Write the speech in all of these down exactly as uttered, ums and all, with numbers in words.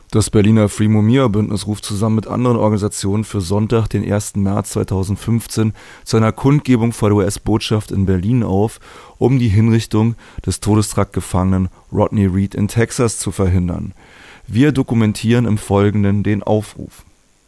Das Berliner Free Mumia-Bündnis ruft zusammen mit anderen Organisationen für Sonntag, den ersten März zweitausendfünfzehn, zu einer Kundgebung vor der U S-Botschaft in Berlin auf, um die Hinrichtung des Todestrakt-Gefangenen Rodney Reed in Texas zu verhindern. Wir dokumentieren im Folgenden den Aufruf.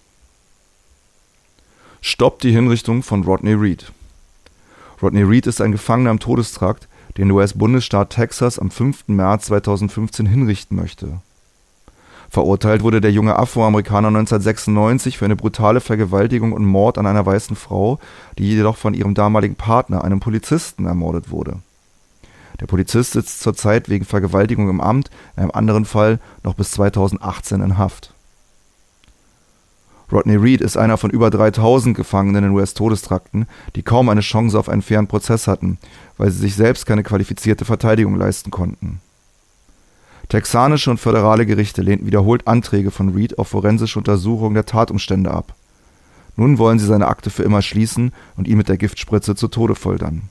Stoppt die Hinrichtung von Rodney Reed. Rodney Reed ist ein Gefangener im Todestrakt, den der U S-Bundesstaat Texas am fünften März zweitausendfünfzehn hinrichten möchte. Verurteilt wurde der junge Afroamerikaner neunzehnhundertsechsundneunzig für eine brutale Vergewaltigung und Mord an einer weißen Frau, die jedoch von ihrem damaligen Partner, einem Polizisten, ermordet wurde. Der Polizist sitzt zurzeit wegen Vergewaltigung im Amt, in einem anderen Fall noch bis zweitausendachtzehn in Haft. Rodney Reed ist einer von über dreitausend Gefangenen in U S-Todestrakten, die kaum eine Chance auf einen fairen Prozess hatten, weil sie sich selbst keine qualifizierte Verteidigung leisten konnten. Texanische und föderale Gerichte lehnten wiederholt Anträge von Reed auf forensische Untersuchung der Tatumstände ab. Nun wollen sie seine Akte für immer schließen und ihn mit der Giftspritze zu Tode foltern.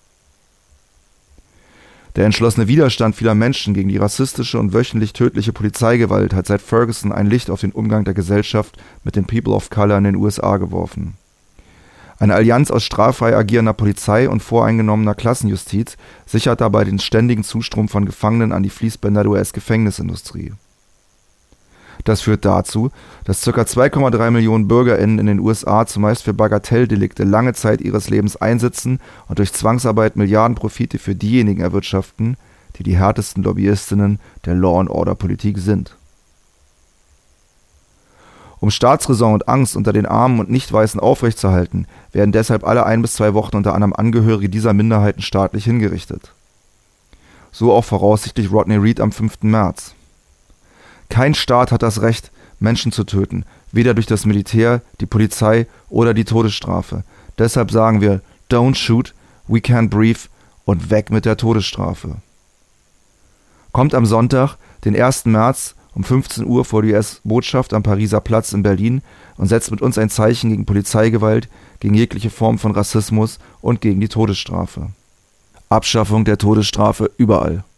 Der entschlossene Widerstand vieler Menschen gegen die rassistische und wöchentlich tödliche Polizeigewalt hat seit Ferguson ein Licht auf den Umgang der Gesellschaft mit den People of Color in den U S A geworfen. Eine Allianz aus straffrei agierender Polizei und voreingenommener Klassenjustiz sichert dabei den ständigen Zustrom von Gefangenen an die Fließbänder der U S-Gefängnisindustrie. Das führt dazu, dass ca. zwei Komma drei Millionen BürgerInnen in den U S A zumeist für Bagatelldelikte lange Zeit ihres Lebens einsitzen und durch Zwangsarbeit Milliardenprofite für diejenigen erwirtschaften, die die härtesten Lobbyistinnen der Law-and-Order-Politik sind. Um Staatsräson und Angst unter den Armen und Nicht-Weißen aufrechtzuerhalten, werden deshalb alle ein bis zwei Wochen unter anderem Angehörige dieser Minderheiten staatlich hingerichtet. So auch voraussichtlich Rodney Reed am fünften März. Kein Staat hat das Recht, Menschen zu töten, weder durch das Militär, die Polizei oder die Todesstrafe. Deshalb sagen wir, don't shoot, we can't breathe und weg mit der Todesstrafe. Kommt am Sonntag, den ersten März, um fünfzehn Uhr vor die U S-Botschaft am Pariser Platz in Berlin und setzt mit uns ein Zeichen gegen Polizeigewalt, gegen jegliche Form von Rassismus und gegen die Todesstrafe. Abschaffung der Todesstrafe überall.